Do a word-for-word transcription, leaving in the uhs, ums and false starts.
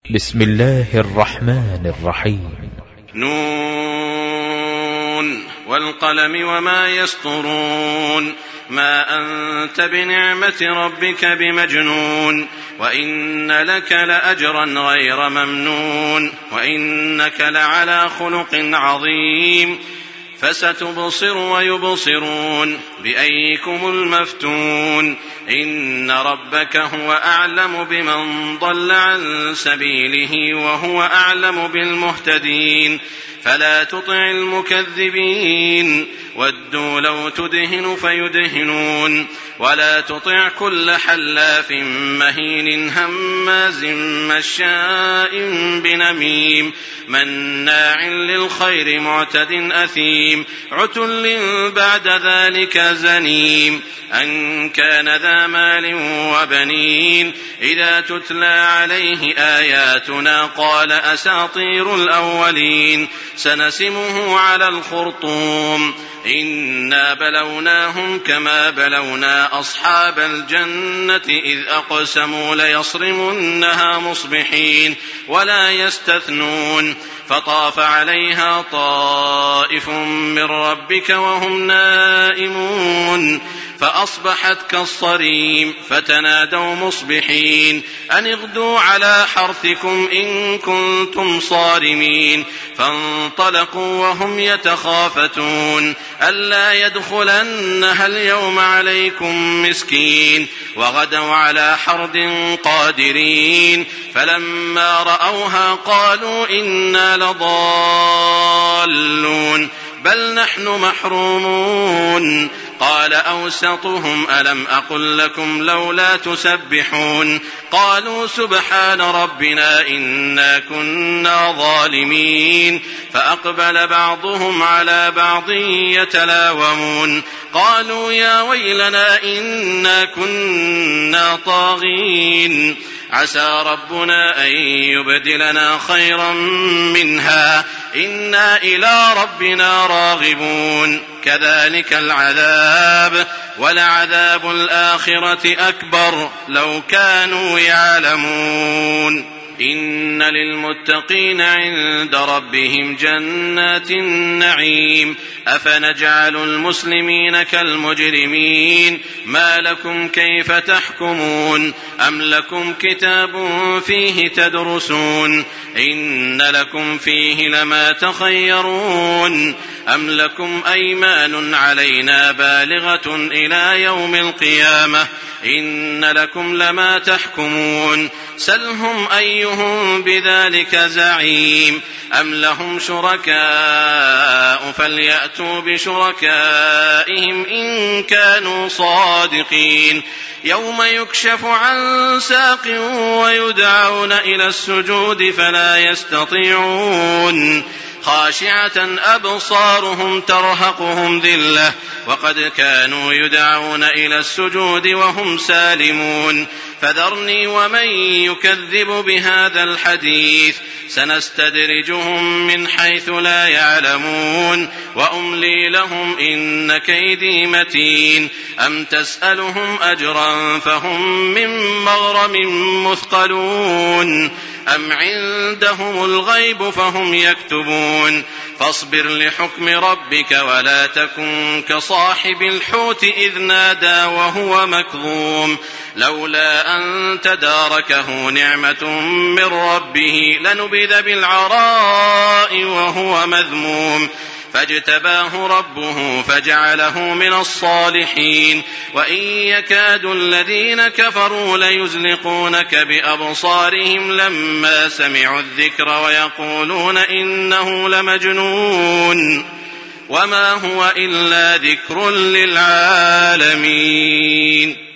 بسم الله الرحمن الرحيم. نون والقلم وما يسطرون ما أنت بنعمة ربك بمجنون وإن لك لأجرا غير ممنون وإنك لعلى خلق عظيم فستبصر ويبصرون بأيكم المفتون إن ربك هو أعلم بمن ضل عن سبيله وهو أعلم بالمهتدين فلا تطع المكذبين ودوا لو تدهن فيدهنون ولا تطع كل حلاف مهين هماز مشاء بنميم مناع للخير معتد أثيم عتل بعد ذلك زنيم أن كان ذا مال وبنين إذا تتلى عليه آياتنا قال أساطير الأولين سنسمه على الخرطوم إنا بلوناهم كما بلونا أصحاب الجنة إذ أقسموا ليصرمنها مصبحين ولا يستثنون فطاف عليها طائف من ربك وهم نائمون فأصبحت كالصريم فتنادوا مصبحين أن اغدوا على حرثكم إن كنتم صارمين فانطلقوا وهم يتخافتون ألا يدخلنها اليوم عليكم مسكين وغدوا على حرد قادرين فلما رأوها قالوا إنا لضالون بل نحن محرومون قال أوسطهم ألم أقل لكم لولا تسبحون قالوا سبحان ربنا إنا كنا ظالمين فأقبل بعضهم على بعض يتلاومون قالوا يا ويلنا إنا كنا طاغين عسى ربنا أن يبدلنا خيرا منها إنا إلى ربنا راغبون كذلك العذاب ولعذاب الآخرة أكبر لو كانوا يعلمون إن للمتقين عند ربهم جنات النعيم أفنجعل المسلمين كالمجرمين ما لكم كيف تحكمون أم لكم كتاب فيه تدرسون إن لكم فيه لما تخيرون أم لكم أيمان علينا بالغة إلى يوم القيامة إن لكم لما تحكمون سلهم أيهم بذلك زعيم أم لهم شركاء فليأتوا بشركائهم إن كانوا صادقين يوم يكشف عن ساق ويدعون إلى السجود فلا يستطيعون خاشعة أبصارهم ترهقهم ذلة وقد كانوا يدعون إلى السجود وهم سالمون فذرني ومن يكذب بهذا الحديث سنستدرجهم من حيث لا يعلمون وأملي لهم إن كيدي متين أم تسألهم أجرا فهم من مغرم مثقلون أم عندهم الغيب فهم يكتبون فاصبر لحكم ربك ولا تكن كصاحب الحوت إذ نادى وهو مكظوم لولا أن تداركه نعمة من ربه لنبذ بالعراء وهو مذموم فاجتباه ربه فجعله من الصالحين وإن يكاد الذين كفروا ليزلقونك بأبصارهم لما سمعوا الذكر ويقولون إنه لمجنون وما هو إلا ذكر للعالمين.